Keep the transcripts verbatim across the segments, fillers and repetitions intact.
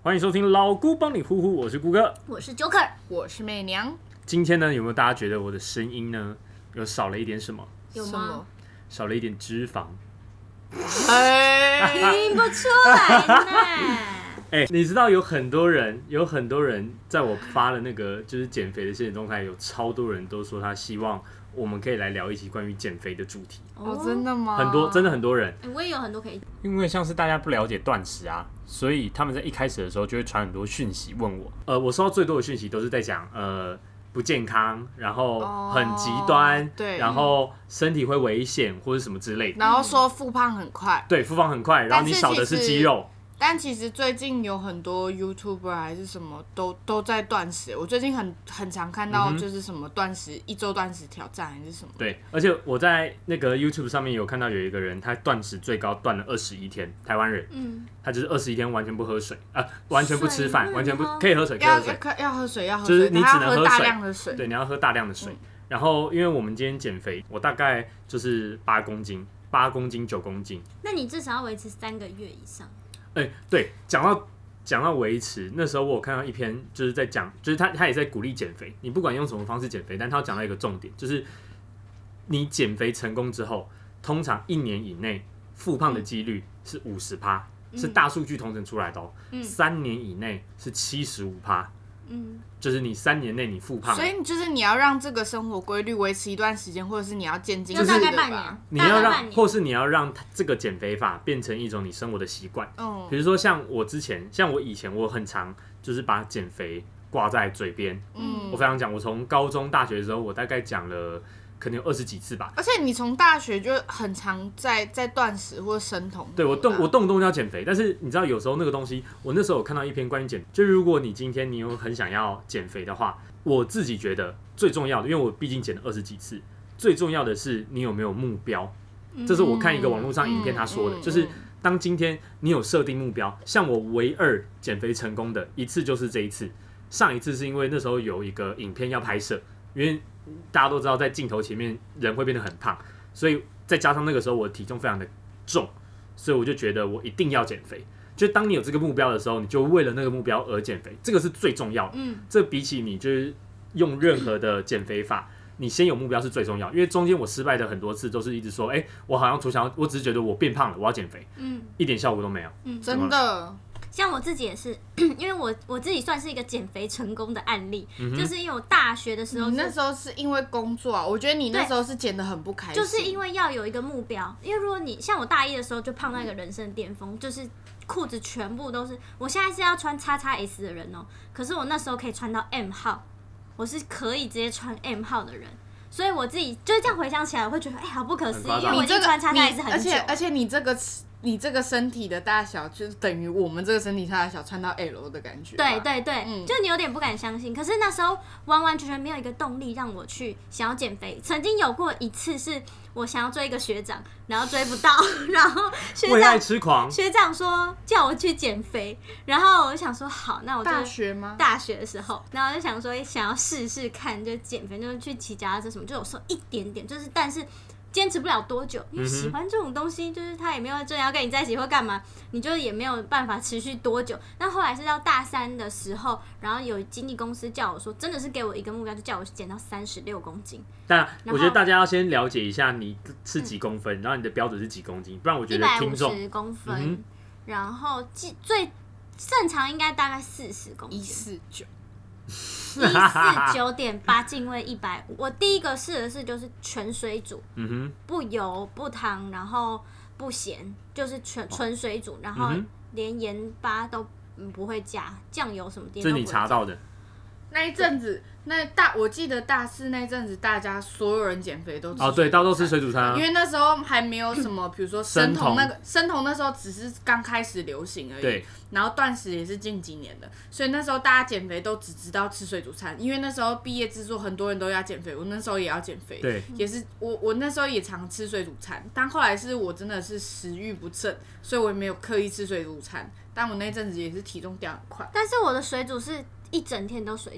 欢迎收听老姑帮你呼呼，我是姑哥， 我是 Joker， 我是媚娘。 今天呢，有没有大家觉得我的声音呢，有少了一点什么？ 有吗？ 少了一点脂肪。 哎， 听不出来呢。 哎、欸，你知道有很多人，有很多人在我发了那个就是减肥的现实动态，有超多人都说他希望我们可以来聊一期关于减肥的主题。 哦，真的吗？ 很多，真的很多人。 欸、我也有很多可以。 因为像是大家不了解断食啊，所以他们在一开始的时候就会传很多讯息问我。呃，我收到最多的讯息都是在讲呃不健康，然后很极端，哦、 对， 然后身体会危险或者什么之类的。 然后说复胖很快， 对，复胖很快，然后你少的是肌肉。 但其实最近有很多 YouTuber 还是什么都都在断食，我最近很很常看到就是什么断食、嗯、一周断食挑战还是什么。 对，而且我在那个 YouTube 上面有看到有一个人，他断食最高断了二十一天，台湾人，嗯，他就是二十一天完全不喝水啊、呃，完全不吃饭，完全不可以喝水，可以喝水， 要要喝水，要喝水，就是你只能喝大量的水， 对，你要喝大量的水。嗯、然后因为我们今天减肥，我大概就是八公斤，八公斤九公斤， 那你至少要维持三个月以上。 哎、欸，对，讲到讲到维持，那时候我有看到一篇，就是在讲，就是他他也在鼓励减肥。你不管用什么方式减肥，但他讲到一个重点，就是你减肥成功之后，通常一年以内复胖的几率是五十趴，是大数据统整出来的哦。嗯、三年以内是七十五趴。嗯，就是你三年内你复胖， 所以就是你要让这个生活规律维持一段时间，或者是你要渐进， 就大概半年， 你要让，或是你要让这个减肥法变成一种你生活的习惯。嗯，比如说像我之前，像我以前我很常就是把减肥挂在嘴边。嗯，我非常讲，我从高中、大学的时候，我大概讲了可能有二十几次吧。 而且你从大学就很常在在断食或生酮。 对，我动我动不动就要减肥，但是你知道有时候那个东西，我那时候有看到一篇关于减，就是如果你今天你有很想要减肥的话，我自己觉得最重要的，因为我毕竟减了二十几次，最重要的是你有没有目标。这是我看一个网络上影片他说的，嗯嗯嗯、就是当今天你有设定目标，像我唯二减肥成功的一次就是这一次，上一次是因为那时候有一个影片要拍摄，因为大家都知道在镜头前面人会变得很胖，所以再加上那个时候我的体重非常的重，所以我就觉得我一定要减肥。就当你有这个目标的时候，你就为了那个目标而减肥，这个是最重要的。嗯，这比起你就是用任何的减肥法，你先有目标是最重要。因为中间我失败的很多次都是一直说，哎、欸，我好像图想，我只是觉得我变胖了，我要减肥，嗯，一点效果都没有。 嗯，真的。 像我自己也是，因为我我自己算是一个减肥成功的案例，嗯、就是因为我大学的时候， 你那时候是因为工作啊，我觉得你那时候是减得很不开心， 就是因为要有一个目标。因为如果你像我大一的时候就胖到一个人生巅峰，就是裤子全部都是，我现在是要穿 X X S 的人哦、喔，可是我那时候可以穿到 M 号，我是可以直接穿 M 号的人。所以我自己就是这样回想起来，我会觉得哎、欸，好不可思议，因为我已经穿 X X S 很久， 而且而且你这个你这个身体的大小，就是等于我们这个身体大小穿到 L 的感觉。 对对对，嗯、就你有点不敢相信。可是那时候完完全全没有一个动力让我去想要减肥。曾经有过一次是我想要追一个学长，然后追不到，然后学长为爱痴狂， 学长说叫我去减肥，然后我就想说好，那我就大学吗？ 大学的时候，然后我就想说想要试试看，就减肥，就是去骑脚踏车什么，就有瘦一点点，就是但是。坚持不了多久，因为喜欢这种东西，就是他也没有真的要跟你在一起或干嘛，你就也没有办法持续多久。那后来是到大三的时候，然后有经纪公司叫我说，真的是给我一个目标，就叫我减到三十六公斤。 但我觉得大家要先了解一下你是几公分，嗯、然后你的标准是几公斤，不然我觉得听众一百五十公分，嗯、然后最正常应该大概四十公斤， 一四九。 一四九点八进位一百五，我第一个试的是就是全水煮，嗯哼，不油不糖，然后不咸，就是纯纯水煮，然后连盐巴都不会加，酱油什么的。 这是你查到的？ 那一阵子，那大我记得大四那阵子，大家所有人减肥都吃哦，对，大家都吃水煮餐、啊， 因为那时候还没有什么，比如说生酮那个生酮那时候只是刚开始流行而已， 对。 然后断食也是近几年的，所以那时候大家减肥都只知道吃水煮餐，因为那时候毕业制作很多人都要减肥，我那时候也要减肥， 对， 也是我我那时候也常吃水煮餐，但后来是我真的是食欲不振，所以我也没有刻意吃水煮餐，但我那阵子也是体重掉很快。 但是我的水煮是一整天都水煮。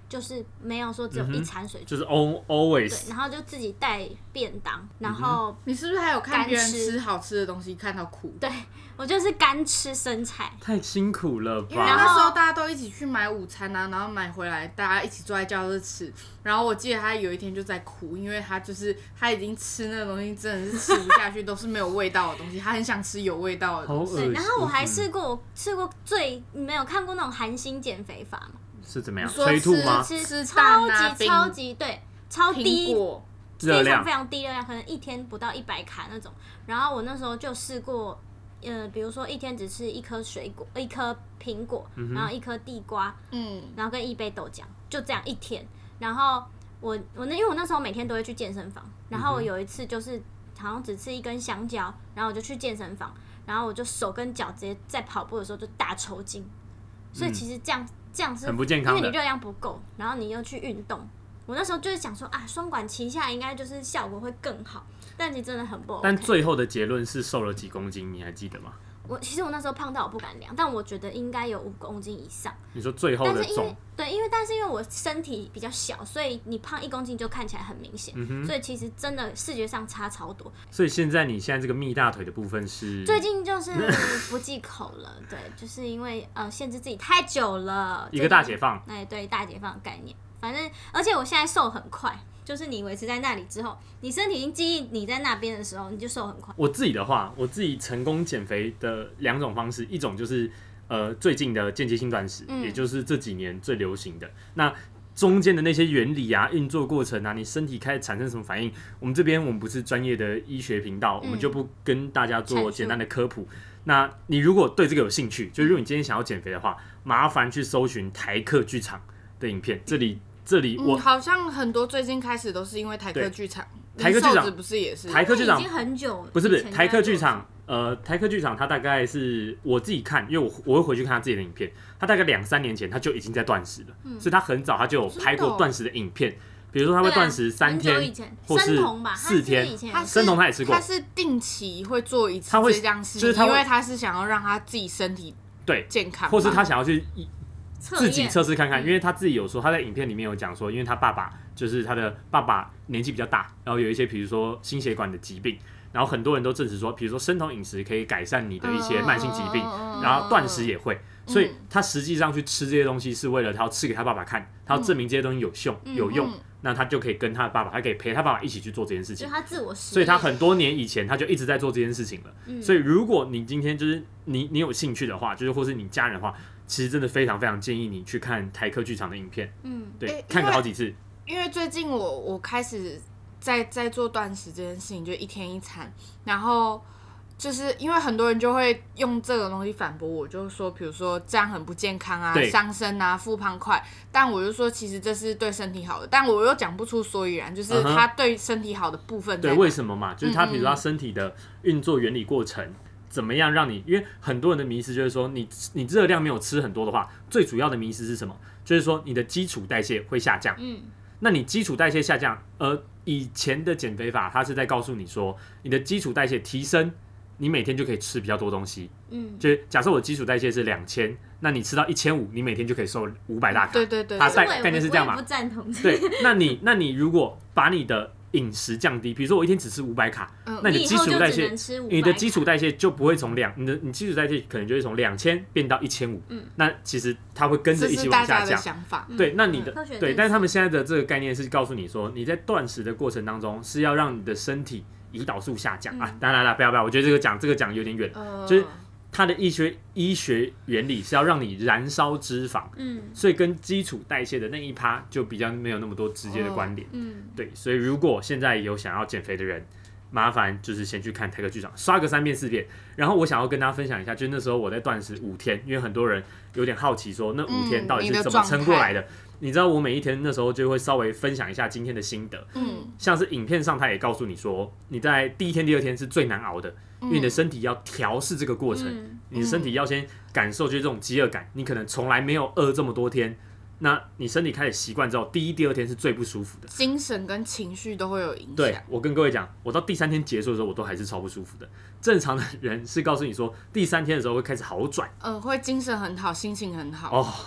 就是没有说只有一餐水煮， 就是 always 对，然后就自己带便当，然后、 嗯、你是不是还有看别人干吃吃好吃的东西看到哭？ 对我就是干吃生菜， 太辛苦了吧？ 因为那时候大家都一起去买午餐啊，然后买回来大家一起坐在教室吃。然后我记得他有一天就在哭，因为他就是他已经吃那个东西真的是吃不下去，都是没有味道的东西，他很想吃有味道的东西。 对，然后我还试过，我吃过最你没有看过那种韩星减肥法吗？ 是怎么样？催吐吗？ 吃吃超蛋啊级超级对，超低热量， 非常非常低热量，可能一天不到一百卡那种。然后我那时候就试过。呃，比如说一天只吃一颗水果，一颗苹果， 嗯、 然后一颗地瓜，嗯，然后跟一杯豆浆，就这样一天。然后我我那因为我那时候每天都会去健身房，然后我有一次就是好像只吃一根香蕉，然后我就去健身房，然后我就手跟脚直接在跑步的时候就大抽筋。所以其实这样、嗯、这样是很不健康的， 因为你热量不够，然后你又去运动。我那时候就是想说啊，双管齐下应该就是效果会更好，但其实真的很不 OK。 但最后的结论是瘦了几公斤，你还记得吗？ 我其实我那时候胖到我不敢量，但我觉得应该有五公斤以上。 你说最后的重？ 但是因为对，因为但是因为我身体比较小，所以你胖一公斤就看起来很明显、嗯，所以其实真的视觉上差超多。 所以现在你现在这个蜜大腿的部分是最近就是不忌口了，对，就是因为呃限制自己太久了， 一个大解放。 哎，对，大解放的概念。反正而且我现在瘦很快。就是你维持在那里之后，你身体已经记忆你在那边的时候，你就瘦很快。 我自己的话，我自己成功减肥的两种方式，一种就是呃最近的间接性断食、嗯，也就是这几年最流行的。那中间的那些原理啊、运作过程啊，你身体开始产生什么反应，我们这边我们不是专业的医学频道、嗯，我们就不跟大家做简单的科普。那你如果对这个有兴趣，就如果你今天想要减肥的话，麻烦去搜寻台客剧场的影片，这里。这里我、 嗯、好像很多最近开始都是因为台客剧场， 台客剧场不是也是台客剧场已经很久了， 不是不是台客剧场，呃，台客剧场它大概是我自己看，因为我我会回去看他自己的影片，他大概两三年前他就已经在断食了、嗯，所以他很早他就有拍过断食的影片，比如说他会断食三天，或是四天，生酮他也吃过， 他是定期会做一次这样事情，就是因为他是想要让他自己身体对健康， 或是他想要去。自己测试看看，因为他自己有说，他在影片里面有讲说，因为他爸爸就是他的爸爸年纪比较大，然后有一些比如说心血管的疾病，然后很多人都证实说，比如说生酮饮食可以改善你的一些慢性疾病，然后断食也会，所以他实际上去吃这些东西是为了他要吃给他爸爸看，他要证明这些东西有用有用，那他就可以跟他的爸爸，他可以陪他爸爸一起去做这件事情， 就他自我实验， 所以他很多年以前他就一直在做这件事情了。嗯、所以如果你今天就是你你有兴趣的话，就是或是你家人的话。其实真的非常非常建议你去看台客剧场的影片，嗯，对，欸、看个好几次。 因为最近我我开始在在做断食这件事情，就一天一餐，然后就是因为很多人就会用这个东西反驳我，就是说，比如说这样很不健康啊，伤身啊，复胖快。但我就说，其实这是对身体好的，但我又讲不出所以然，就是它对身体好的部分在哪。 对，为什么嘛？就是它，比如说它身体的运作原理过程。嗯嗯怎么样让你？因为很多人的迷思就是说，你你热量没有吃很多的话，最主要的迷思是什么？就是说你的基础代谢会下降。嗯，那你基础代谢下降，而以前的减肥法，它是在告诉你说，你的基础代谢提升，你每天就可以吃比较多东西。嗯，就是假设我的基础代谢是两千，那你吃到一千五，你每天就可以瘦五百大卡。 对对对， 它概念是这样嘛？ 不赞同。 对，那你那你如果把你的饮食降低，比如说我一天只吃五百卡、嗯，那你的基础代谢，你的基础代谢就不会从两，你的你基础代谢可能就会从两千变到一千五，那其实它会跟着一起往下降。 这是大家的想法。 对，那你的、嗯、对，但是他们现在的这个概念是告诉你说，你在断食的过程当中是要让你的身体胰岛素下降、嗯、啊，当然啦，不要不要，我觉得这个讲这个讲有点远、呃，就是。它的医学医学原理是要让你燃烧脂肪，嗯，所以跟基础代谢的那一趴就比较没有那么多直接的关联，嗯，对，所以如果现在有想要减肥的人，麻烦就是先去看台客剧场，刷个三遍四遍。然后我想要跟大家分享一下，就是那时候我在断食五天，因为很多人有点好奇说那五天到底是怎么撑过来的。嗯、你, 你知道我每一天那时候就会稍微分享一下今天的心得，嗯，像是影片上他也告诉你说，你在第一天、第二天是最难熬的。因为你的身体要调试这个过程、嗯，你的身体要先感受就是这种饥饿感，你可能从来没有饿这么多天，那你身体开始习惯之后，第一、第二天是最不舒服的， 精神跟情绪都会有影响。 对，我跟各位讲，我到第三天结束的时候，我都还是超不舒服的。正常的人是告诉你说，第三天的时候会开始好转， 呃，会精神很好，心情很好。 哦，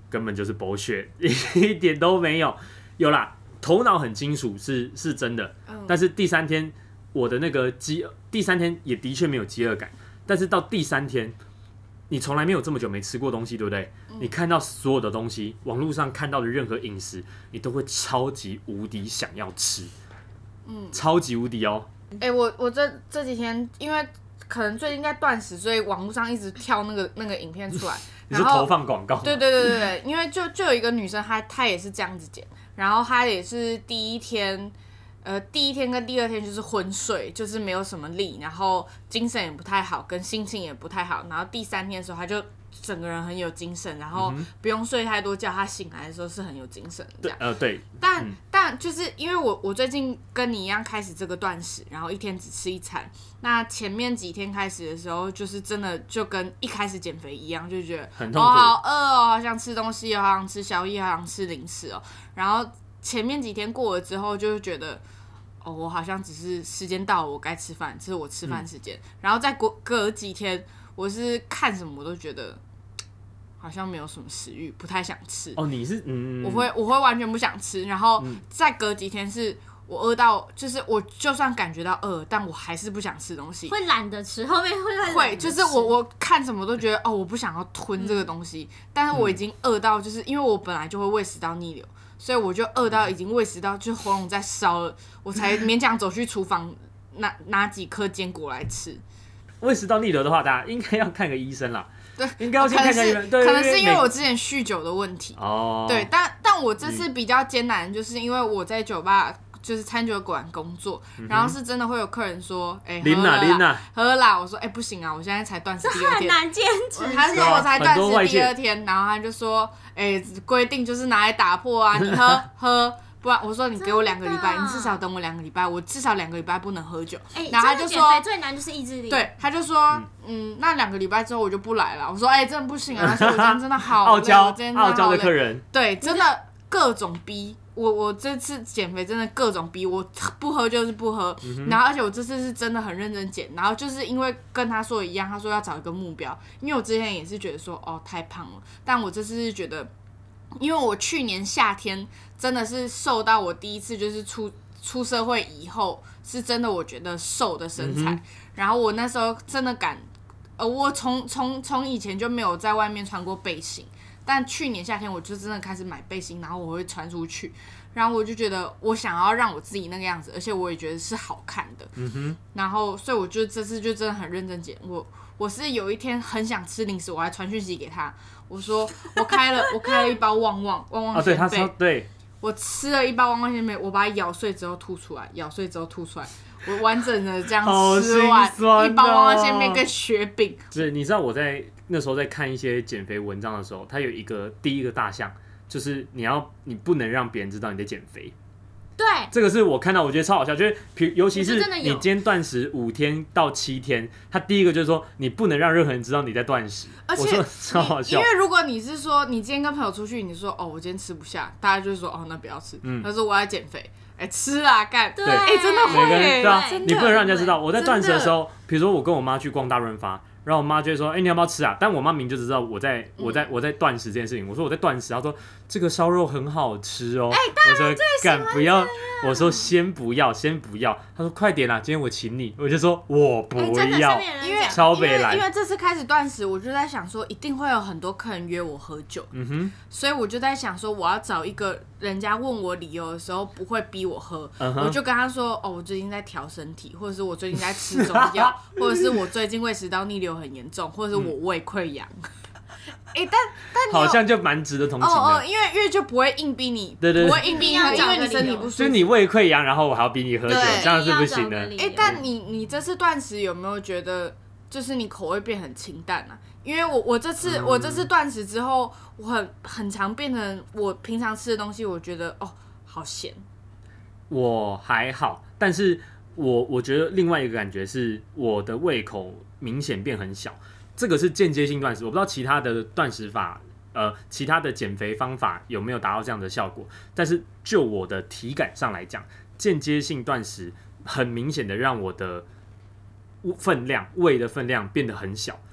根本就是 bullshit， 一点都没有。有啦，头脑很清楚是是真的，嗯、但是第三天我的那个饥，第三天也的确没有饥饿感，但是到第三天，你从来没有这么久没吃过东西，对不对？嗯、你看到所有的东西，网络上看到的任何饮食，你都会超级无敌想要吃，嗯，超级无敌哦。 哎、欸，我我这这几天因为可能最近在断食，所以网络上一直跳那个那个影片出来。 你是投放广告？ 对对对对对，因为就就有一个女生，她她也是这样子减，然后她也是第一天，呃，第一天跟第二天就是昏睡，就是没有什么力，然后精神也不太好，跟心情也不太好，然后第三天的时候，她就整个人很有精神，然后不用睡太多觉，她醒来的时候是很有精神的这样。 呃，对。 但、嗯、但就是因为我我最近跟你一样开始这个断食，然后一天只吃一餐。那前面几天开始的时候，就是真的就跟一开始减肥一样，就觉得很痛苦， 哦好饿哦，好想吃东西哦，好想吃宵夜，好想吃零食哦。然后前面几天过了之后，就觉得哦，我好像只是时间到了，我该吃饭，这是我吃饭时间。嗯、然后再过隔几天，我是看什么我都觉得好像没有什么食欲，不太想吃。 哦，你是嗯， 我会我会完全不想吃，然后再隔几天是。我饿到，就是我就算感觉到饿，但我还是不想吃东西， 会懒得吃，后面会会就是我我看什么都觉得哦，我不想要吞这个东西，嗯、但是我已经饿到，就是因为我本来就会胃食道逆流，所以我就饿到已经胃食道就喉咙在烧了，我才勉强走去厨房拿拿几颗坚果来吃。 胃食道逆流的话，大家应该要看个医生啦。 对， 应该要先看一下医生。对， 可能是因为我之前酗酒的问题。哦。对，但但我这次比较艰难，就是因为我在酒吧。就是餐酒馆工作，然后是真的会有客人说：“哎、欸，喝了啦，喝了啦。”我说：“哎、欸，不行啊，我现在才断食第二天， 很难坚持。” 他说：“我才断食第二天。”然后他就说：“哎、欸，规定就是拿来打破啊，你喝喝，不然我说你给我两个礼拜，你至少等我两个礼拜，我至少两个礼拜不能喝酒。 欸” 然后他就说：“ 最难就是意志力。” 对，他就说：“嗯，那两个礼拜之后我就不来了。”我说：“哎、欸，真的不行啊，而且我今天真的好傲娇， 傲娇的客人， 对，真的各种逼。”我我这次减肥真的各种逼，我不喝就是不喝，嗯、然后而且我这次是真的很认真减，然后就是因为跟他说的一样，他说要找一个目标，因为我之前也是觉得说哦太胖了，但我这次是觉得，因为我去年夏天真的是瘦到我第一次就是出出社会以后，是真的我觉得瘦的身材，嗯、然后我那时候真的敢，呃，我从从从以前就没有在外面穿过背心。但去年夏天我就真的开始买背心，然后我会穿出去，然后我就觉得我想要让我自己那个样子，而且我也觉得是好看的。嗯哼。然后，所以我就这次就真的很认真减。我我是有一天很想吃零食，我还传讯息给他，我说我开了我开了一包旺旺旺旺仙贝， 哦，对，他说对， 我吃了一包旺旺仙贝，我把它咬碎之后吐出来，咬碎之后吐出来。我完整的这样吃完一包旺旺仙贝跟雪饼。 是，你知道我在那时候在看一些减肥文章的时候，它有一个第一个大项，就是你要你不能让别人知道你在减肥。 对， 这个是我看到我觉得超好笑，就是尤其是你今天断食五天到七天，它第一个就是说你不能让任何人知道你在断食。 而且我说超好笑，因为如果你是说你今天跟朋友出去，你说哦我今天吃不下，大家就会说哦那不要吃。嗯，他说我要减肥。哎、欸，吃啊，干！对，哎、欸，真的会、欸， 对啊，你不能让人家知道。我在断食的时候，比如说我跟我妈去逛大润发，然后我妈就会说：“哎、欸，你要不要吃啊？”但我妈明就知道我在我在我在断食这件事情。我说我在断食，她说这个烧肉很好吃哦。哎、欸，我说干不要，我说先不要，先不要。她说快点啦，今天我请你。我就说我不要， 欸、 因为超北来， 因为这次开始断食，我就在想说，一定会有很多客人约我喝酒。嗯哼，所以我就在想说，我要找一个人家问我理由的时候不会逼我喝。嗯、我就跟他说：“哦，我最近在调身体，或者是我最近在吃中药，或者是我最近胃食道逆流很严重，或者是我胃溃疡。嗯”哎、欸，但但好像就蛮值得同情的， 哦哦，因为因为就不会硬逼你， 对对对， 不会硬逼你喝，因为你身体不舒服， 就是你胃溃疡，然后我还要逼你喝酒，这样是不行的。 哎、欸，但你你这次断食有没有觉得，就是你口味变很清淡啊？因为我我这次、嗯、我这次断食之后，我很很常变成我平常吃的东西，我觉得哦好咸。 我还好，但是我我觉得另外一个感觉是我的胃口明显变很小，这个是间接性断食，我不知道其他的断食法，呃，其他的减肥方法有没有达到这样的效果，但是就我的体感上来讲，间接性断食很明显的让我的分量胃的分量变得很小，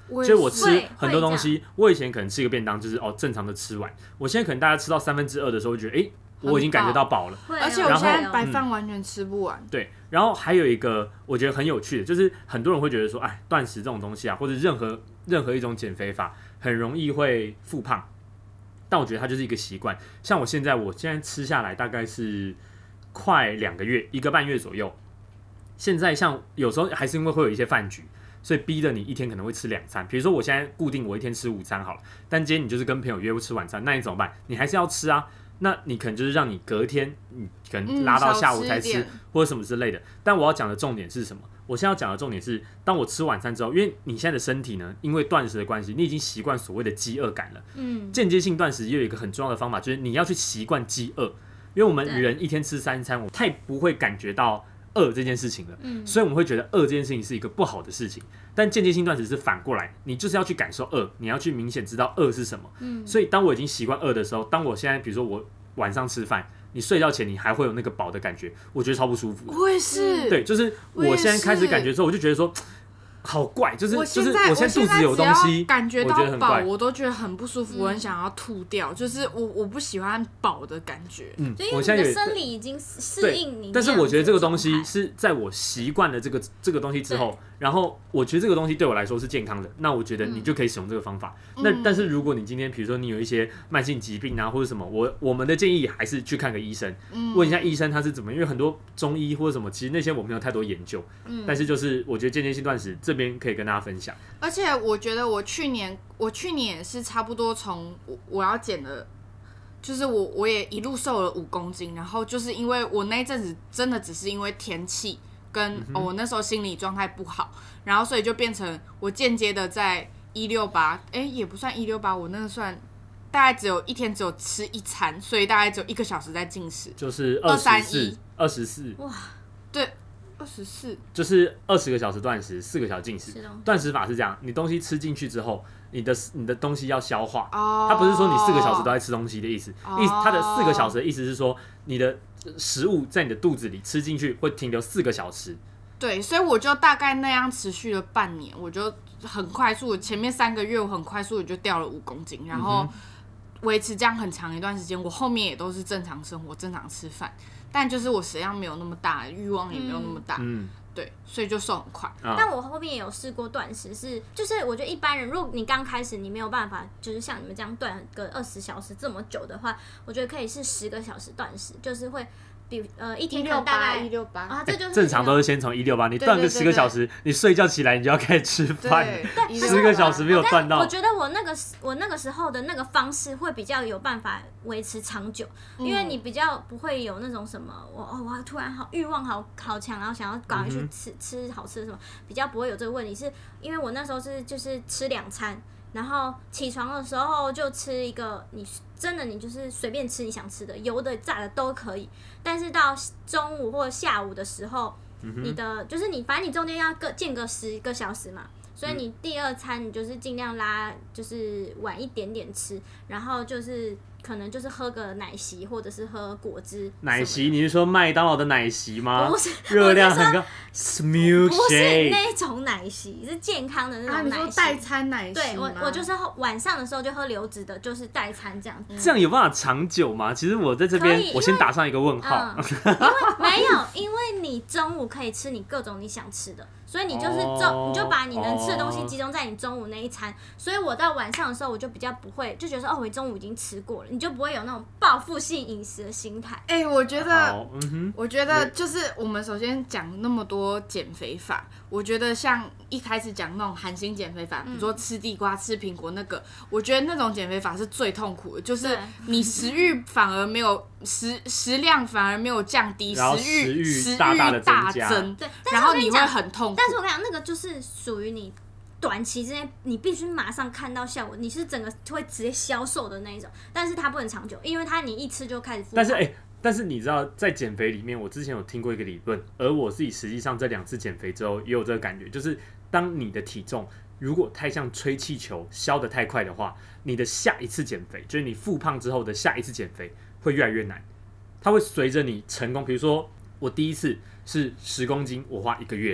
就是我吃会很多东西，我以前可能吃一个便当就是哦正常的吃完，我现在可能大家吃到三分之二的时候，我觉得哎、欸，我已经感觉到饱了。 会而且我然后现在白饭完全吃不完。 对，然后还有一个我觉得很有趣的，就是很多人会觉得说，哎，断食这种东西啊，或者任何任何一种减肥法，很容易会复胖。但我觉得它就是一个习惯。像我现在，我现在吃下来大概是快两个月，一个半月左右。现在像有时候还是因为会有一些饭局，所以逼得你一天可能会吃两餐。比如说我现在固定我一天吃午餐好了，但今天你就是跟朋友约吃晚餐，那你怎么办？你还是要吃啊。那你可能就是让你隔天，你可能拉到下午才吃， 嗯、 或者什么之类的。但我要讲的重点是什么？我现在要讲的重点是，当我吃晚餐之后，因为你现在的身体呢，因为断食的关系，你已经习惯所谓的饥饿感了。嗯。间接性断食也有一个很重要的方法，就是你要去习惯饥饿，因为我们人一天吃三餐，我太不会感觉到饿这件事情了。嗯。所以我们会觉得饿这件事情是一个不好的事情。但间接性断食是反过来，你就是要去感受饿，你要去明显知道饿是什么。嗯。所以当我已经习惯饿的时候，当我现在比如说我晚上吃饭。你睡觉前你还会有那个饱的感觉，我觉得超不舒服。 我也是， 对，就是我现在开始感觉之后，我就觉得说，好怪，就是我就是我现在肚子有东西， 感觉到饱，我都觉得很不舒服， 嗯、 我很想要吐掉。就是我我不喜欢饱的感觉， 嗯， 就因为你的生理已经适应你。 但是我觉得这个东西是在我习惯了这个这个东西之后，然后我觉得这个东西对我来说是健康的，那我觉得你就可以使用这个方法。嗯、那但是如果你今天比如说你有一些慢性疾病啊或者什么，我我们的建议还是去看个医生，嗯、问一下医生他是怎么，因为很多中医或者什么，其实那些我没有太多研究，嗯、但是就是我觉得间接性断食这边可以跟大家分享。 而且我觉得我去年我去年也是差不多从我我要减的。就是我，我也一路瘦了五公斤，然后就是因为我那一阵子真的只是因为天气跟、嗯哦、我那时候心理状态不好，然后所以就变成我间接的在一六八，哎也不算一六八，我那个算大概只有一天只有吃一餐，所以大概只有一个小时在进食， 就是二三一二十四哇，对。二十四就是二十个小时断食，四个小时进食。断食法是这样，你东西吃进去之后，你的你的东西要消化。哦，它不是说你四个小时都在吃东西的意思。哦、意它的四个小时的意思是说，你的食物在你的肚子里吃进去会停留四个小时。 对，所以我就大概那样持续了半年，我就很快速，前面三个月我很快速的就掉了五公斤，然后维持这样很长一段时间，我后面也都是正常生活、正常吃饭。但就是我食量没有那么大，欲望也没有那么大，嗯，对，所以就瘦很快。 嗯、但我后面也有试过断食，是就是我觉得一般人，如果你刚开始你没有办法，就是像你们这样断个二十小时这么久的话，我觉得可以是十个小时断食，就是会。比呃一天可能大概一六八啊，这就是正常都是先从一六八，你断个十个小时，你睡觉起来你就要开始吃饭，十个小时没有断到。 我觉得我那个我那个时候的那个方式会比较有办法维持长久，因为你比较不会有那种什么我哦我突然好欲望好好强，然后想要赶快去吃、嗯、吃好吃的什么，比较不会有这个问题，是因为我那时候是就是吃两餐。然后起床的时候就吃一个，你真的你就是随便吃你想吃的，油的炸的都可以。但是到中午或下午的时候，嗯、你的就是你反正你中间要各间隔十个小时嘛，所以你第二餐你就是尽量拉就是晚一点点吃，然后就是可能就是喝个奶昔或者是喝果汁。 奶昔？你是说麦当劳的奶昔吗？ 不是， 热量很高。 Milkshake 不是那种奶昔，是健康的那种奶昔。 啊、你说代餐奶昔？ 对，我我就是晚上的时候就喝流质的，就是代餐这样子。 这样有办法长久吗？其实我在这边，我先打上一个问号。 嗯、因为没有，因为你中午可以吃你各种你想吃的。所以你就是中， oh, 你就把你能吃的东西集中在你中午那一餐。Oh. 所以我到晚上的时候，我就比较不会，就觉得说哦，我中午已经吃过了，你就不会有那种报复性饮食的心态。 哎、欸，我觉得，oh, 嗯、 我觉得就是我们首先讲那么多减肥法，我觉得像一开始讲那种韩星减肥法，比如说吃地瓜、吃苹果那个，我觉得那种减肥法是最痛苦的，就是你食欲反而没有食食量反而没有降低，食欲食欲大大的大增， 对，然后你会很痛苦。 但是我跟你讲，那个就是属于你短期之内，你必须马上看到效果，你是整个会直接消瘦的那一种。但是它不能长久，因为它你一吃就开始复胖。 但是哎、欸，但是你知道，在减肥里面，我之前有听过一个理论，而我自己实际上这两次减肥之后也有这个感觉，就是当你的体重如果太像吹气球消得太快的话，你的下一次减肥，就是你复胖之后的下一次减肥会越来越难。它会随着你成功，比如说我第一次是十公斤，我花一个月。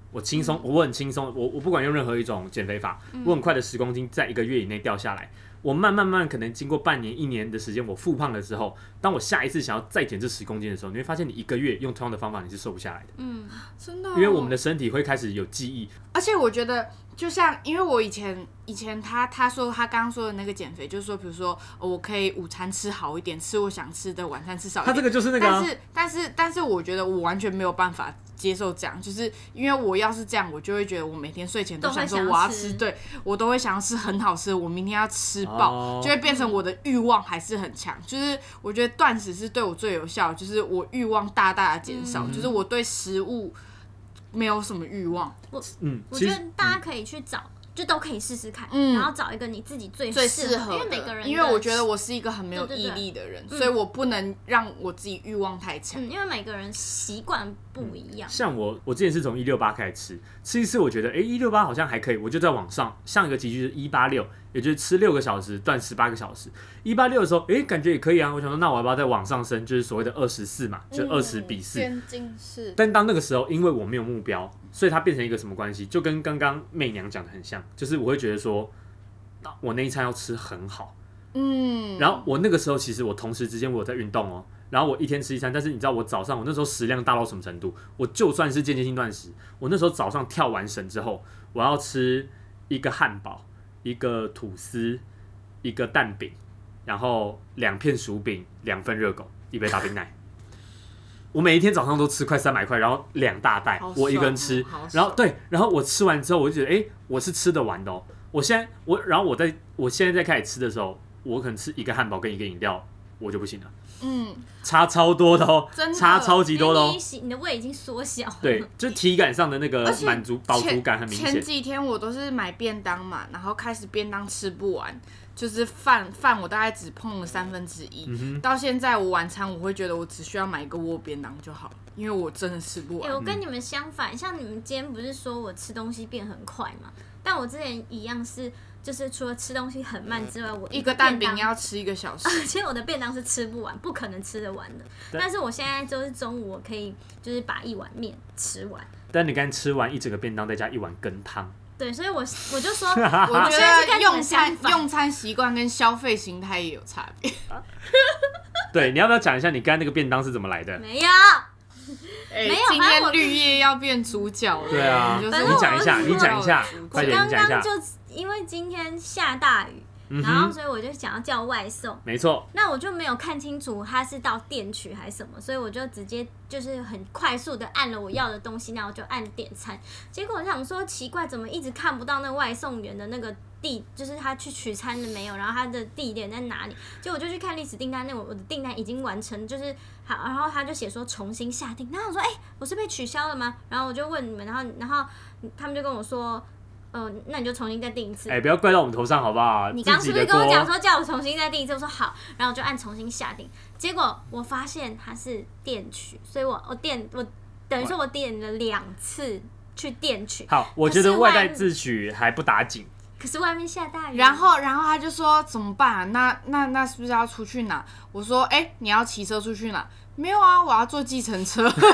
我轻松，我很轻松，我我不管用任何一种减肥法，我很快的十公斤在一个月以内掉下来。我慢慢慢可能经过半年、一年的时间，我复胖了之后，当我下一次想要再减这十公斤的时候，你会发现你一个月用同样的方法你是瘦不下来的。 嗯， 真的、哦， 因为我们的身体会开始有记忆， 而且我觉得，就像因为我以前以前他他说他刚刚说的那个减肥，就是说，比如说、哦、我可以午餐吃好一点，吃我想吃的，晚餐吃少一点。 他这个就是那个、啊， 但是但是但是我觉得我完全没有办法接受这样，就是因为我要是这样，我就会觉得我每天睡前都想说我要吃，对我都会想要吃很好吃的，我明天要吃爆，哦、就会变成我的欲望还是很强。就是我觉得断食是对我最有效，就是我欲望大大的减少、嗯，就是我对食物没有什么欲望。 我嗯，我觉得大家可以去找。就都可以试试看、嗯，然后找一个你自己最适合，因为每个人， 因为我觉得我是一个很没有毅力的人，对对对，所以我不能让我自己欲望太强、 嗯，因为每个人习惯不一样。 像我，我之前是从一六八开始吃，吃一次我觉得，哎、欸，一六八好像还可以，我就在往上上一个级距是一八六，也就是吃六个小时断十八个小时。一八六的时候，哎、欸，感觉也可以啊。我想说，那我要不要再往上升，就是所谓的二十四嘛，就二十比四。 渐进式。 但当那个时候，因为我没有目标，所以它变成一个什么关系？就跟刚刚媚娘讲的很像，就是我会觉得说，我那一餐要吃很好。嗯。然后我那个时候其实我同时之间我有在运动哦。然后我一天吃一餐，但是你知道我早上我那时候食量大到什么程度？我就算是间歇性断食，我那时候早上跳完绳之后，我要吃一个汉堡、一个吐司、一个蛋饼，然后两片薯饼、两份热狗、一杯大冰奶。我每一天早上都吃快三百块，然后两大袋，我一个人吃。然后对，然后我吃完之后，我就觉得，哎、欸，我是吃得完的哦。我现在我，然后我在我现在在开始吃的时候，我可能吃一个汉堡跟一个饮料，我就不行了。嗯，差超多的哦，差超级多的哦。 你, 你的胃已经缩小了， 对，就体感上的那个满足饱足感很明显。 前几天我都是买便当嘛，然后开始便当吃不完，就是饭饭我大概只碰了三分之一。嗯、到现在我晚餐我会觉得我只需要买一个窝便当就好，因为我真的吃不完。 欸、我跟你们相反，像你们今天不是说我吃东西变很快嘛？但我之前一样是。就是除了吃东西很慢之外，我一个蛋饼要吃一个小时， 而且我的便当是吃不完，不可能吃得完的。但是我现在就是中午我可以就是把一碗面吃完。 但你刚吃完一整个便当，再加一碗羹汤。 对，所以我我就说， 我觉得用餐用餐习惯跟消费形态也有差别。 对，你要不要讲一下你刚才那个便当是怎么来的？ 没有。 欸、没有，今天绿叶要变主角了。 对啊， 就是、 你讲一下，你讲一下，快点，你讲一下。 我刚刚就因为今天下大雨，嗯、然后所以我就想要叫外送。 没错。 那我就没有看清楚他是到店取还是什么，所以我就直接就是很快速的按了我要的东西，然后我就按点餐。结果我想说奇怪，怎么一直看不到那外送员的那个地，就是他去取餐了没有，然后他的地点在哪里？结果我就去看历史订单，那我的订单已经完成，就是好，然后他就写说重新下订。然后我说，哎、欸，我是被取消了吗？然后我就问你们，然后然后他们就跟我说，呃，那你就重新再订一次。 哎、欸，不要怪到我们头上好不好？ 你刚是不是跟我讲说叫我重新再订一次？我说好，然后我就按重新下订。结果我发现它是店取，所以我我点我等于说我点了两次去店取。 好，我觉得外带自取还不打紧。 可是外面下大雨， 然后，然后他就说怎么办啊？那那那是不是要出去哪？我说，哎、欸，你要骑车出去哪？没有啊，我要坐计程车。我说你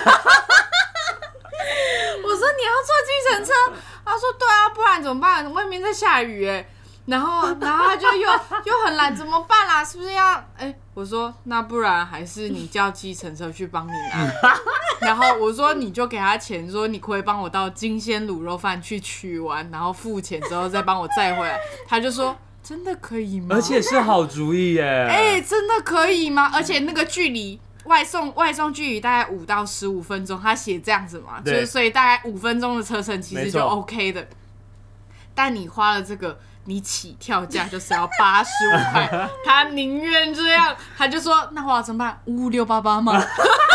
要坐计程车？他说对啊，不然怎么办？外面在下雨哎。然后，然后他就又又很懒，怎么办啦、啊？是不是要？哎、欸，我说那不然还是你叫计程车去帮你拿。然后我说你就给他钱，说你可不可以帮我到金鲜卤肉饭去取完，然后付钱之后再帮我载回来。他就说真的可以吗？ 而且是好主意耶！ 哎、欸，真的可以吗？而且那个距离外送外送距离大概五到十五分钟，他写这样子嘛，就是所以大概五分钟的车程其实就 OK 的。但你花了这个。你起跳价就是要八十五块，他宁愿这样，他就说那我要怎么办？五五六八八吗？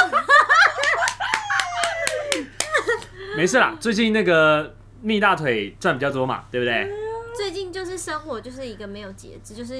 没事啦，最近那个蜜大腿赚比较多嘛，对不对？ 最近就是生活就是一个没有节制，就是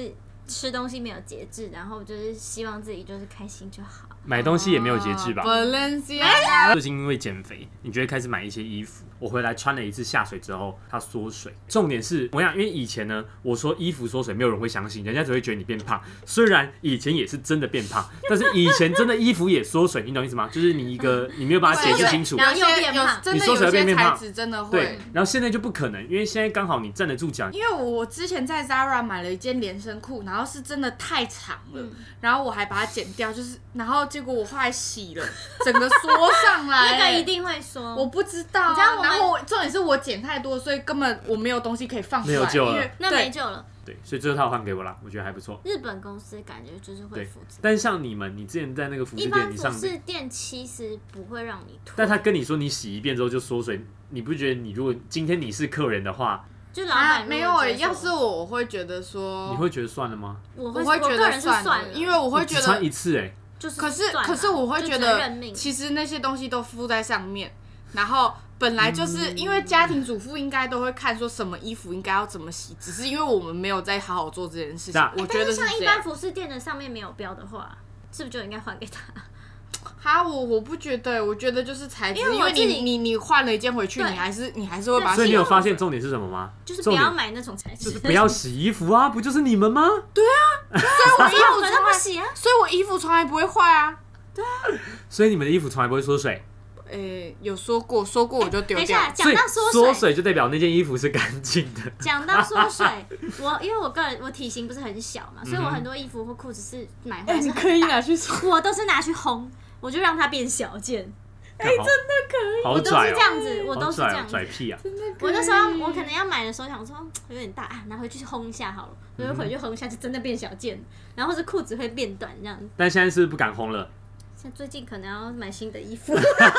吃东西没有节制，然后就是希望自己就是开心就好。 买东西也没有节制吧？ Balenciaga 最近因为减肥，你觉得开始买一些衣服。我回来穿了一次下水之后，它缩水。重点是，我想，因为以前呢，我说衣服缩水，没有人会相信，人家只会觉得你变胖。虽然以前也是真的变胖，但是以前真的衣服也缩水，你懂意思吗？就是你一个你没有把它解释清楚， 然后又变胖， 真的有些材质真的会。 对，然后现在就不可能，因为现在刚好你站得住脚。 因为我之前在 Zara 买了一件连身裤，然后是真的太长了，嗯、然后我还把它剪掉，就是，然后结果我后来洗了，整个缩上来， 那个一定会缩， 我不知道、啊。你知道然后重点是我剪太多，所以根本我没有东西可以放出来， 没有救了， 那没救了。 对，所以最后他换给我了，我觉得还不错。 日本公司感觉就是会复制， 但是像你们，你之前在那个服饰店，你上服饰店其实不会让你退， 但他跟你说你洗一遍之后就缩水，你不觉得你如果今天你是客人的话， 就老板、啊、 没有哎、欸，要是我我会觉得说， 你会觉得算了吗？ 我会觉得算了，因为我会觉得穿一次哎、欸， 就是可是可是我会觉得，其实那些东西都附在上面，然后。本来就是因为家庭主妇应该都会看说什么衣服应该要怎么洗，只是因为我们没有在好好做这件事情。我觉得是像一般服饰店的上面没有标的话，是不是就应该还给他？ 哈，我我不觉得，我觉得就是材质，因为, 因为你你你换了一件回去，你还是你还是会把它洗。 所以你有发现重点是什么吗？ 就是不要买那种材质， 就是不要洗衣服啊，不就是你们吗？ 对啊，所以我衣服从来不洗啊， 所以我衣服从来不会坏啊。 对啊， 所以你们的衣服从来不会缩水。 诶、欸，有说过，说过我就丢掉。 等一下，讲到缩水，缩水就代表那件衣服是干净的。 讲到缩水，我因为我个人我体型不是很小嘛，所以我很多衣服或裤子是买回来是很大、欸、 你可以拿去穿， 我都是拿去烘，我就让它变小件。 哎、欸，真的可以， 好我都是这样子，我都是这样子。 拽屁啊！ 我那时候我可能要买的时候想说有点大，拿回去烘一下好了，我就回去烘一下，就真的变小件，然后或者裤子会变短这样子。 但现在是不是不敢烘了？ 像最近可能要买新的衣服。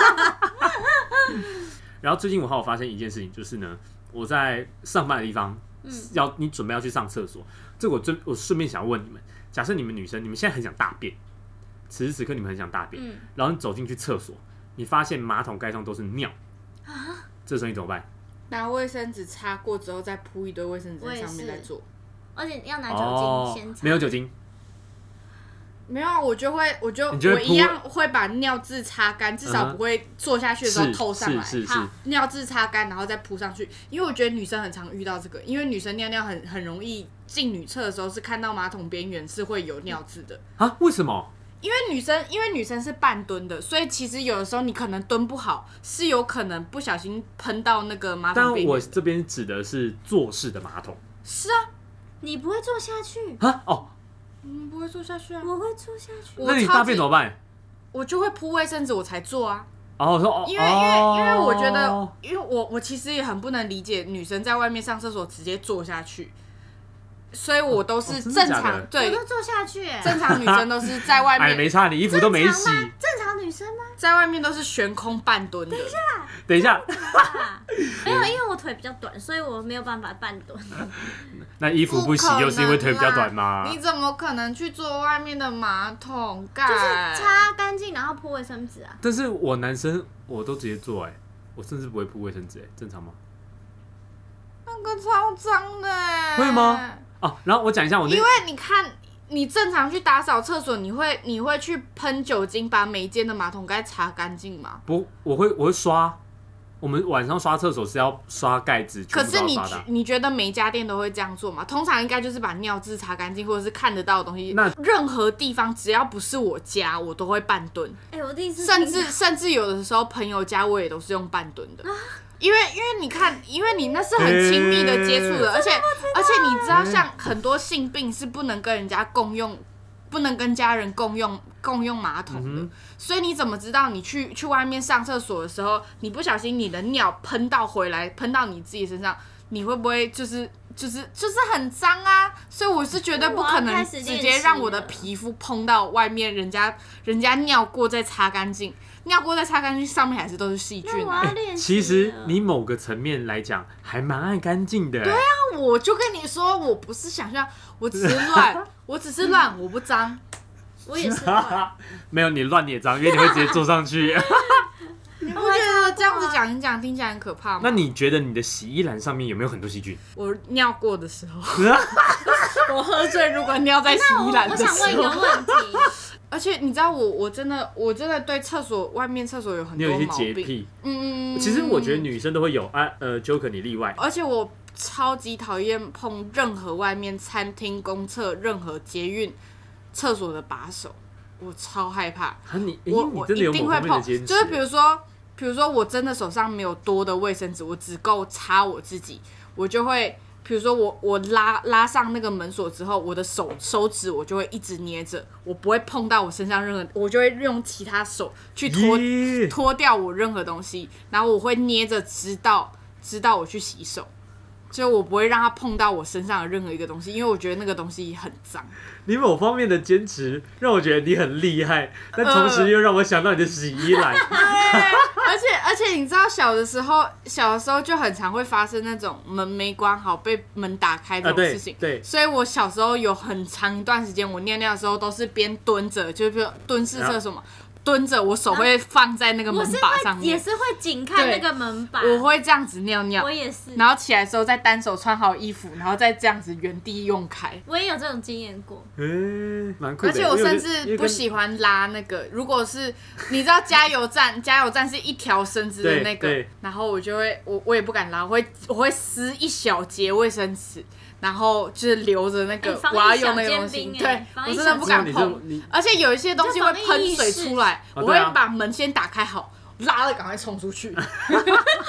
然后最近我还有发现一件事情，就是呢，我在上班的地方，嗯、要你准备要去上厕所，这个我真我顺便想要问你们，假设你们女生，你们现在很想大便，此时此刻你们很想大便，嗯、然后你走进去厕所，你发现马桶盖上都是尿，啊、这时候你怎么办？ 拿卫生纸擦过之后，再铺一堆卫生纸在上面再做， 而且要拿酒精、哦、先擦， 没有酒精。 没有，我就会，我就我一样会把尿渍擦干，至少不会坐下去的时候透上来。 是是是好，尿渍擦干，然后再铺上去。因为我觉得女生很常遇到这个，因为女生尿尿很很容易进女厕的时候是看到马桶边缘是会有尿渍的啊？为什么？ 因为女生，因为女生是半蹲的，所以其实有的时候你可能蹲不好，是有可能不小心喷到那个马桶边缘。 但我这边指的是坐式的马桶。 是啊， 你不会坐下去啊？哦。 嗯，不会坐下去啊！ 我会坐下去。 那你大便怎么办？ 我就会铺卫生纸，我才坐啊。 哦，说哦， 因为因为因为我觉得，因为我我其实也很不能理解女生在外面上厕所直接坐下去，所以我都是正常， 哦、 对， 我都坐下去。 正常女生都是在外面， 哎，没差，你衣服都没洗。 正常女生吗？ 在外面都是悬空半蹲的。 等一下， 等一下， 没有，因为我腿比较短，所以我没有办法半蹲。 那衣服不洗又是因为腿比较短吗？ 你怎么可能去坐外面的马桶盖？ 就是擦干净，然后铺卫生纸啊。 但是我男生我都直接做哎、欸，我甚至不会铺卫生纸哎、欸，正常吗？ 那个超脏的哎、欸。 会吗？哦，然后我讲一下我那， 因为你看。你正常去打扫厕所，你会你会去喷酒精把每一间的马桶盖擦干净吗？ 不，我会我会刷。我们晚上刷厕所是要刷盖子， 可是你你觉得每一家店都会这样做吗？通常应该就是把尿渍擦干净，或者是看得到的东西。 那任何地方只要不是我家，我都会半蹲。 哎、欸，我第一次甚至甚至有的时候朋友家我也都是用半蹲的。啊因为因为你看，因为你那是很亲密的接触的，而且而且你知道，像很多性病是不能跟人家共用，不能跟家人共用共用马桶的，嗯、所以你怎么知道你去去外面上厕所的时候，你不小心你的尿喷到回来，喷到你自己身上，你会不会就是就是就是很脏啊？所以我是绝对不可能直接让我的皮肤碰到外面人家人家尿过再擦干净。尿过再擦干净，上面还是都是细菌、啊。 其实你某个层面来讲，还蛮爱干净的、欸。 对啊，我就跟你说，我不是想象，我只是乱，我只是乱，我不脏。 我也是乱。 没有你乱你也脏，因为你会直接坐上去。 你不觉得这样子讲一讲听起来很可怕吗？ 那你觉得你的洗衣篮上面有没有很多细菌？ 我尿过的时候，我喝醉如果尿在洗衣篮的时候， 我想问一个问题， 而且你知道我我真的我真的对厕所外面厕所有很你有一些多毛病， 洁癖。 嗯， 其实我觉得女生都会有啊，呃 ，Joker 你例外。 而且我超级讨厌碰任何外面餐厅、公厕、任何捷运厕所的把手，我超害怕。 啊，你我我一你真的有某定会碰， 方面的坚持， 就是比如说，比如说我真的手上没有多的卫生纸，我只够擦我自己，我就会，比如说我我拉拉上那个门锁之后，我的手手指我就会一直捏着，我不会碰到我身上任何，我就会用其他手去脱耶脱掉我任何东西，然后我会捏着，直到直到我去洗手。就我不会让它碰到我身上的任何一个东西，因为我觉得那个东西很脏。 你某方面的坚持让我觉得你很厉害，但同时又让我想到你的洗衣篮。 而且而且你知道小的时候，小的时候就很常会发生那种门没关好被门打开这啊，对种事情。 对， 所以我小时候有很长一段时间，我尿尿的时候都是边蹲着，就是比如蹲式厕所嘛。蹲着，我手会放在那个门把上面， 也是会紧看那个门把， 我会这样子尿尿， 我也是， 然后起来的时候再单手穿好衣服，然后再这样子原地用开。 我也有这种经验过， 嗯，蛮酷的。 而且我甚至不喜欢拉那个，如果是你知道加油站，加油站是一条绳子的那个，然后我就会我我也不敢拉，我会我会撕一小节卫生纸。然后就是留着那个、欸、我要用那个东西，对，我真的不敢碰。而且有一些东西会喷水出来，我会把门先打开好，拉了赶快冲出去。我很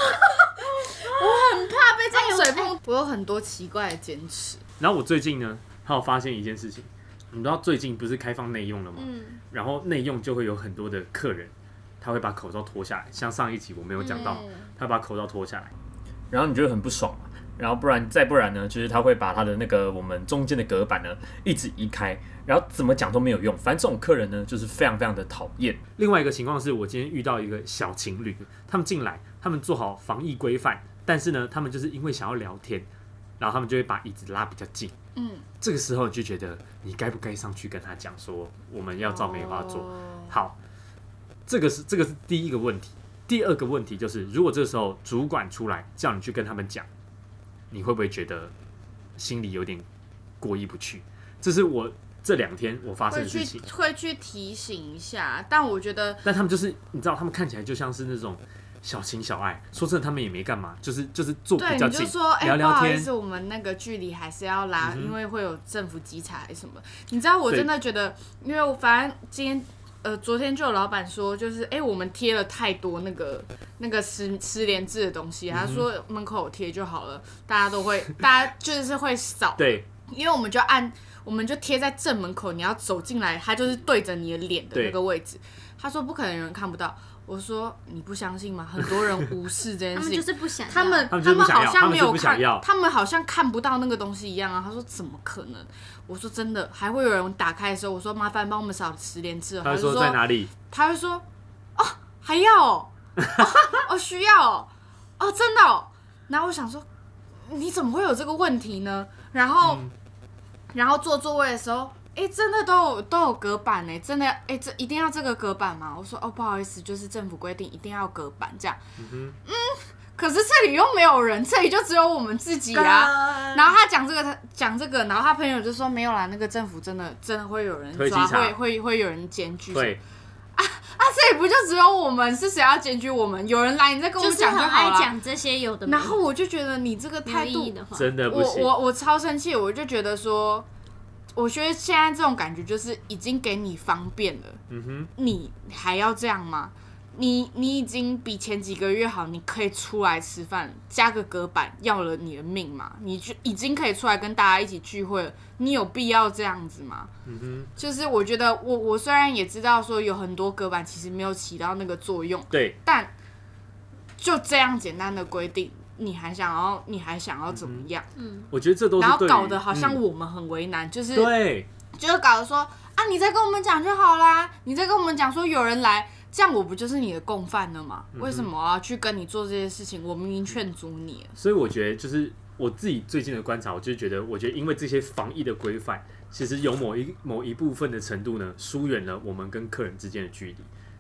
怕被这种水碰，我有很多奇怪的坚持。 然后我最近呢，还有发现一件事情，你知道最近不是开放内用了吗？嗯、然后内用就会有很多的客人，他会把口罩脱下来，像上一集我没有讲到，嗯、他把口罩脱下来，然后你就会很不爽嘛。然后不然再不然呢，就是他会把他的那个我们中间的隔板呢一直移开，然后怎么讲都没有用。反正这种客人呢，就是非常非常的讨厌。另外一个情况是我今天遇到一个小情侣，他们进来，他们做好防疫规范，但是呢，他们就是因为想要聊天，然后他们就会把椅子拉比较近。嗯，这个时候你就觉得你该不该上去跟他讲说我们要照梅花座？哦、好，这个是这个是第一个问题。第二个问题就是，如果这个时候主管出来叫你去跟他们讲。你会不会觉得心里有点过意不去？这是我这两天我发生的事情， 会去会去提醒一下。但我觉得， 但他们就是你知道，他们看起来就像是那种小情小爱。说真的，他们也没干嘛，就是就是坐比较近， 对，你就说，哎、欸， 聊聊天。 不好意思，我们那个距离还是要拉，嗯、因为会有政府稽查还是什么。你知道，我真的觉得，因为我反正今天。呃，昨天就有老板说，就是哎、欸，我们贴了太多那个那个实实联制的东西，他说门口有贴就好了，大家都会，大家就是会扫， 对， 因为我们就按，我们就贴在正门口，你要走进来，它就是对着你的脸的那个位置。他说不可能有人看不到，我说你不相信吗？很多人无视这件事情， 他们就是不想要， 他们他们好像没有看， 他他们好像看不到那个东西一样啊。他说怎么可能？我说真的，还会有人打开的时候，我说麻烦帮我们扫十连制。 他说在哪里？ 他会说哦还要哦哦, 哦需要哦哦真的哦。然后我想说你怎么会有这个问题呢？然后、嗯、然后坐座位的时候。哎、欸，真的都有都有隔板哎，真的哎、欸，这一定要这个隔板吗？我说哦，不好意思，就是政府规定一定要隔板这样。嗯, 嗯，可是这里又没有人，这里就只有我们自己啊。然后他讲这个，他讲这个，然后他朋友就说没有啦，那个政府真的真的会有人抓，会会会有人检举。 对。 啊啊！这里不就只有我们？是谁要检举我们？有人来，你再跟我们讲就好了。 就是很爱讲这些有的没的。 然后我就觉得你这个态度真的不行。 我我我超生气，我就觉得说。我觉得现在这种感觉就是已经给你方便了，嗯哼，你还要这样吗？你你已经比前几个月好，你可以出来吃饭，加个隔板要了你的命嘛？你就已经可以出来跟大家一起聚会了，你有必要这样子吗？嗯哼，就是我觉得我我虽然也知道说有很多隔板其实没有起到那个作用， 对， 但就这样简单的规定。你还想要，你还想要怎么样？嗯， 我觉得这都是然后搞得好像我们很为难，嗯、就是对， 就是搞得说啊，你再跟我们讲就好啦，你再跟我们讲说有人来，这样我不就是你的共犯了吗？嗯、为什么我要去跟你做这些事情？我明明劝阻你了。 所以我觉得，就是我自己最近的观察，我就觉得，我觉得因为这些防疫的规范，其实有某一某一部分的程度呢，疏远了我们跟客人之间的距离。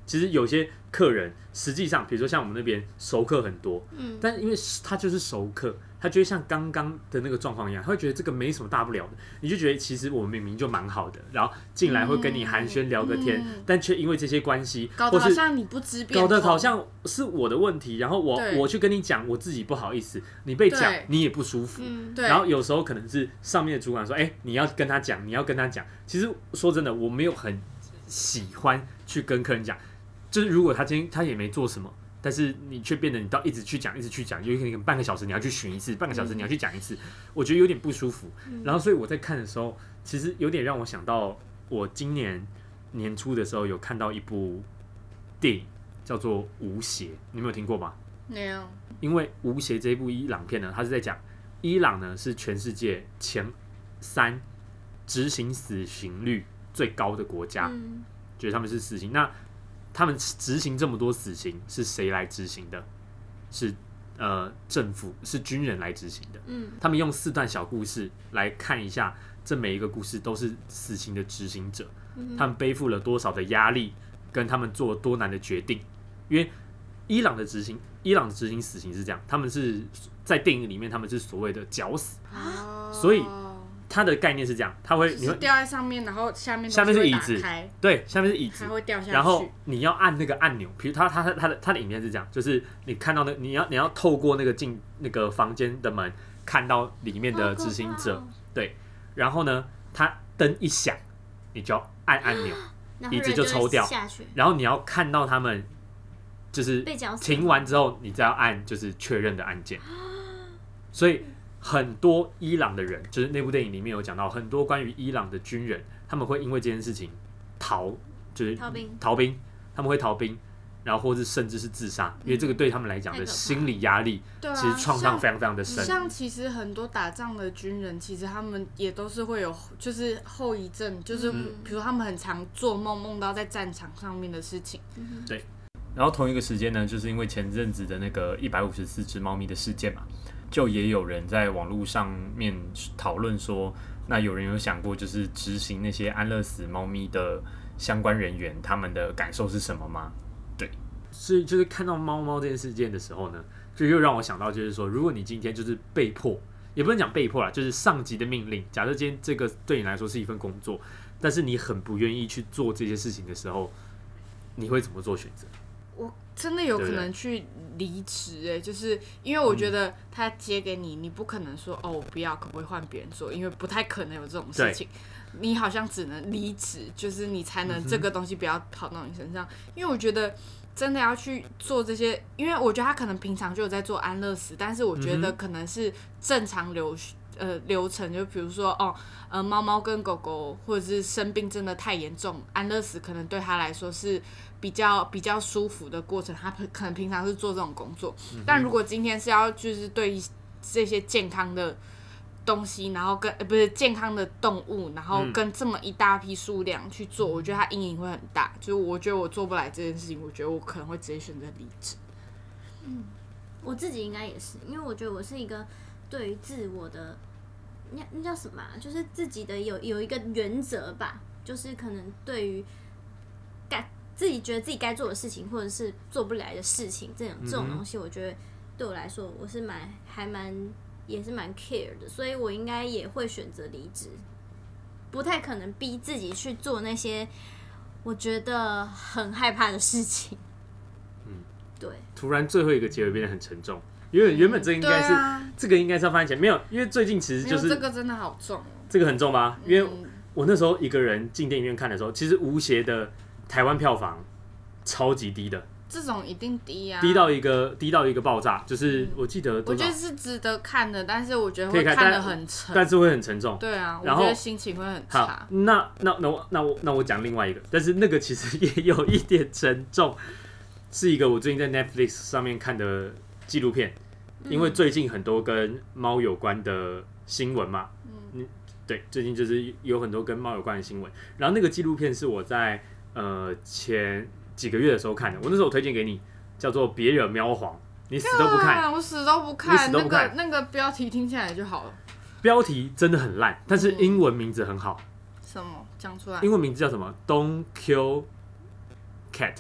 其实有些客人实际上，比如说像我们那边熟客很多， 嗯， 但因为他就是熟客，他就会像刚刚的那个状况一样，他会觉得这个没什么大不了的，你就觉得其实我们明明就蛮好的，然后进来会跟你寒暄聊个天， 嗯、 但却因为这些关系， 搞得好像你不知变通， 搞得好像是我的问题，然后我我去跟你讲，我自己不好意思，你被讲你也不舒服， 嗯、 然后有时候可能是上面的主管说，哎、欸，你要跟他讲，你要跟他讲，其实说真的，我没有很喜欢去跟客人讲。就是如果他今天他也没做什么，但是你却变得你到一直去讲，一直去讲，有可能半个小时你要去巡一次，半个小时你要去讲一次，我觉得有点不舒服。然后所以我在看的时候，其实有点让我想到，我今年年初的时候有看到一部电影叫做《无邪》，你有没有听过吗？ 没有。 因为《无邪》这一部伊朗片呢，它是在讲伊朗呢是全世界前三执行死刑率最高的国家， 嗯、 觉得他们是死刑那。他们执行这么多死刑是谁来执行的？是呃政府，是军人来执行的。 嗯， 他们用四段小故事来看一下，这每一个故事都是死刑的执行者， 嗯、 他们背负了多少的压力，跟他们做多难的决定。因为伊朗的执行，伊朗的执行死刑是这样，他们是在电影里面他们是所谓的绞死， 哦、 所以。它的概念是这样，它会你会掉在上面，然后下面下面是椅子，对，下面是椅子， 它会掉下去。 然后你要按那个按钮，比如它它它的它的影片是这样，就是你看到那你要你要透过那个进那个房间的门看到里面的执行者，哦、对，然后呢，它灯一响，你就要按按钮，椅子就抽掉，然后你要看到他们就是停完之后，你再要按就是确认的按键，所以。很多伊朗的人，就是那部电影里面有讲到很多关于伊朗的军人，他们会因为这件事情逃，就是逃兵， 逃兵，他们会逃兵，然后或是甚至是自杀，因为这个对他们来讲的心理压力，其实创伤非常非常的深。 像其实很多打仗的军人，其实他们也都是会有，就是后遗症，就是比如他们很常做梦，梦到在战场上面的事情。 嗯、 对。然后同一个时间呢，就是因为前阵子的那个一百五十四只猫咪的事件嘛。就也有人在网络上面讨论说，那有人有想过，就是执行那些安乐死猫咪的相关人员，他们的感受是什么吗？对，所以就是看到猫猫这件事件的时候呢，就又让我想到，就是说，如果你今天就是被迫，也不能讲被迫啦，就是上级的命令，假设今天这个对你来说是一份工作，但是你很不愿意去做这些事情的时候，你会怎么做选择？ 我真的有可能去离职哎，就是因为我觉得他接给你，你不可能说哦我不要，可不可以换别人做？因为不太可能有这种事情，你好像只能离职，就是你才能这个东西不要跑到你身上。因为我觉得真的要去做这些，因为我觉得他可能平常就有在做安乐死，但是我觉得可能是正常流呃流程，就比如说哦呃猫猫跟狗狗或者是生病真的太严重，安乐死可能对他来说是。比较比较舒服的过程，他可能平常是做这种工作，嗯、但如果今天是要就是对这些健康的东西，然后跟、呃、不是健康的动物，然后跟这么一大批数量去做，嗯、我觉得他阴影会很大。就是我觉得我做不来这件事情，我觉得我可能会直接选择离职。 嗯，我自己应该也是，因为我觉得我是一个对于自我的那那叫什么、啊，就是自己的有有一个原则吧，就是可能对于该。自己觉得自己该做的事情，或者是做不来的事情，这种这种东西，我觉得对我来说，我是蛮还蛮也是蛮 care 的，所以我应该也会选择离职，不太可能逼自己去做那些我觉得很害怕的事情。 嗯， 对。 突然最后一个结尾变得很沉重，因为原本这应该是、啊、这个应该是要放在前，没有，因为最近其实就是这个真的好重哦， 这个很重吗？因为我那时候一个人进电影院看的时候，其实无邪的。台湾票房超级低的， 这种一定低啊， 低到一个低到一个爆炸，就是我记得多少， 我觉得是值得看的，但是我觉得会看得很沉， 但是会很沉重。 对啊， 然后我觉得心情会很差。 好，那那那我那我那我讲另外一个，但是那个其实也有一点沉重，是一个我最近在 Netflix 上面看的纪录片，因为最近很多跟猫有关的新闻嘛，嗯，对，最近就是有很多跟猫有关的新闻，然后那个纪录片是我在。呃，前几个月的时候看的，我那时候推荐给你，叫做《别惹喵皇》，你死都不看， 啊、我死都不看， 你死都不看， 那个那个标题听起来就好了。 标题真的很烂，但是英文名字很好。 什么？讲出来。 英文名字叫什么 ？Don't kill cat，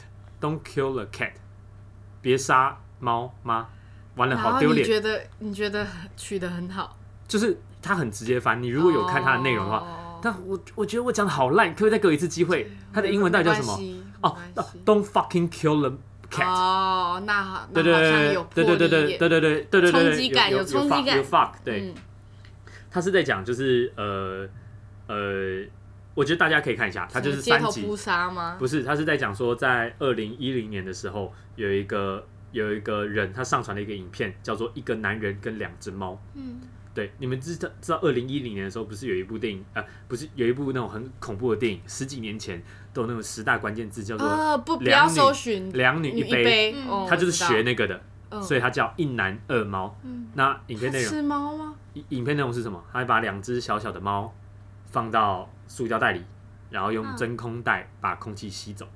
Don't kill the cat， 别杀猫吗？完了， 然后好丢脸。 你觉得你觉得取得很好， 就是他很直接翻，你如果有看他的内容的话， 哦、 但我我觉得我讲的好烂，可不可以再给我一次机会？他的英文到底叫什么？哦、啊、，Don't fucking kill the cat。 哦，那对对对对对对对对对对对对， 冲击感有冲击感， 有 fuck 对。 嗯、 他是在讲就是呃呃，我觉得大家可以看一下，他就是三集。 街头扑杀吗？ 不是，他是在讲说，在二零一零年的时候，有一个有一个人他上传了一个影片，叫做《一个男人跟两只猫》。嗯。对，你们知道知道二零一零年的时候，不是有一部电影啊、呃，不是有一部那种很恐怖的电影，十几年前都有那种十大关键字叫做呃不不要搜寻两女一杯， 杯嗯、他就是学那个的，嗯、所以他叫一男二猫。嗯、那影片内容是猫吗？ 影片内容是什么？他会把两只小小的猫放到塑胶袋里，然后用真空袋把空气吸走。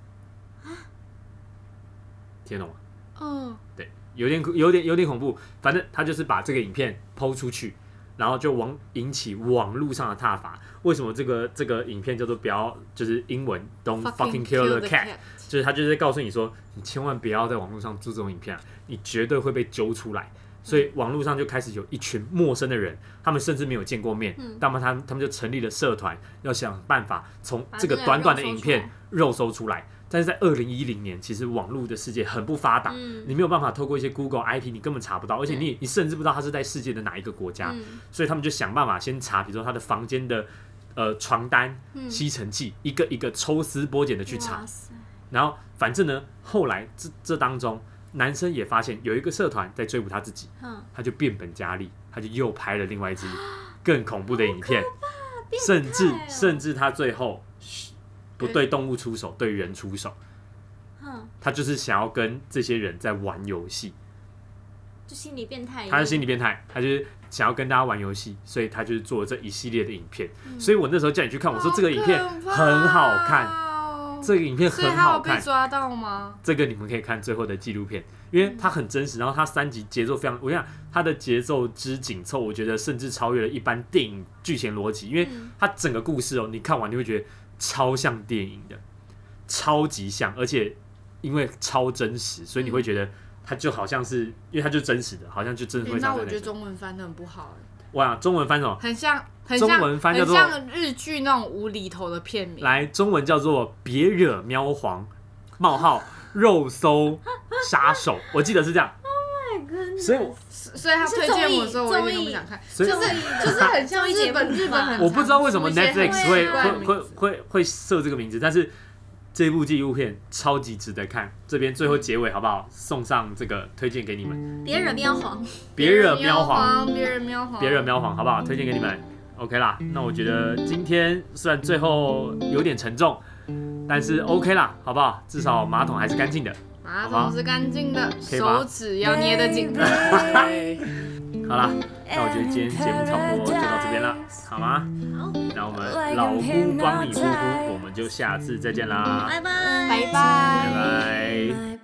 听懂吗？嗯，对，有点有点有点恐怖。反正他就是把这个影片抛出去。然后就网引起网络上的挞伐。为什么这个这个影片叫做不要就是英文 Don't fucking kill the cat， 就是他就是在告诉你说，你千万不要在网络上做这种影片、啊，你绝对会被揪出来。所以网络上就开始有一群陌生的人，他们甚至没有见过面，嗯、但他们他们就成立了社团，要想办法从这个短短的影片肉搜出来。但是在二零一零年，其实网络的世界很不发达，嗯、你没有办法透过一些 Google I P， 你根本查不到，而且你你甚至不知道它是在世界的哪一个国家，嗯、所以他们就想办法先查，比如说他的房间的呃床单、嗯、吸尘器，一个一个抽丝剥茧的去查，然后反正呢，后来这这当中，男生也发现有一个社团在追捕他自己，嗯、他就变本加厉，他就又拍了另外一支更恐怖的影片，甚至甚至他最后。不对动物出手，对人出手。他就是想要跟这些人在玩游戏， 就心理变态。 他是心理变态，他就是想要跟大家玩游戏，所以他就是做了这一系列的影片。嗯、所以我那时候叫你去看，我说这个影片很好看，这个影片很好看。 所以他有被抓到吗？ 这个你们可以看最后的纪录片，因为它很真实，然后它三集节奏非常，我跟你讲，它的节奏之紧凑，我觉得甚至超越了一般电影剧情逻辑，因为它整个故事哦，你看完你会觉得。超像电影的，超级像，而且因为超真实，所以你会觉得它就好像是，因为它就真实的，好像就真的会。 那我觉得中文翻的很不好哇，中文翻什么？ 很像，很像， 中文翻叫做很像日剧那种无厘头的片名。 来，中文叫做“别惹喵皇”冒号肉搜杀手，我记得是这样。 Oh my god！ 所以我。 所以他推荐我的时候，我一点都不想看，就是就是很像日本日本很。 我不知道为什么 Netflix 会会会会会设这个名字，但是这部纪录片超级值得看。这边最后结尾好不好？送上这个推荐给你们。 别惹喵皇， 别惹喵皇， 别惹喵皇， 别惹喵皇，好不好？推荐给你们。OK 啦，那我觉得今天虽然最后有点沉重，但是 OK 啦，好不好？至少马桶还是干净的。 马桶是干净的，手指要捏得紧。 好啦，那我觉得今天节目差不多就到这边了，好吗？好，那我们老姑帮你呼呼，我们就下次再见啦， 拜拜， 拜拜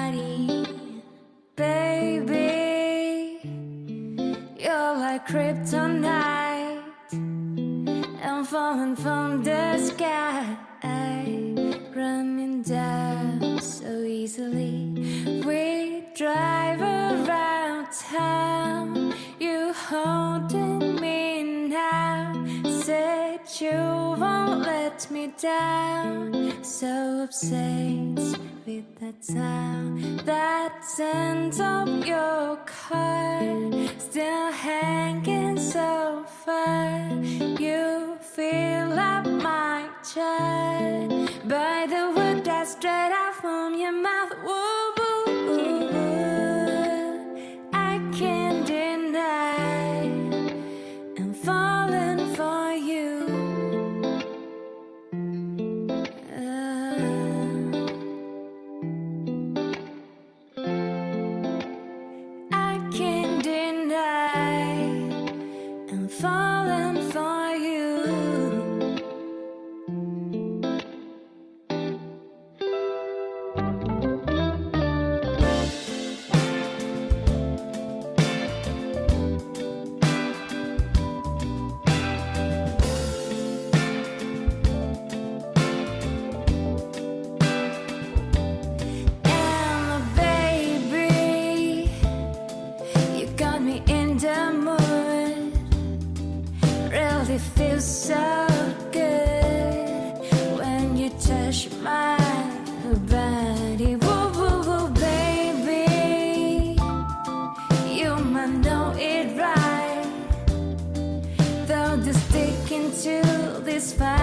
You won't let me down, so obsessed with that sound that's in top your car, still hanging so far. You feel like my child by the word that's straight out from your mouth. Ooh, ooh, ooh, ooh. I can't deny I'm falling for you. Falling for you. is fine.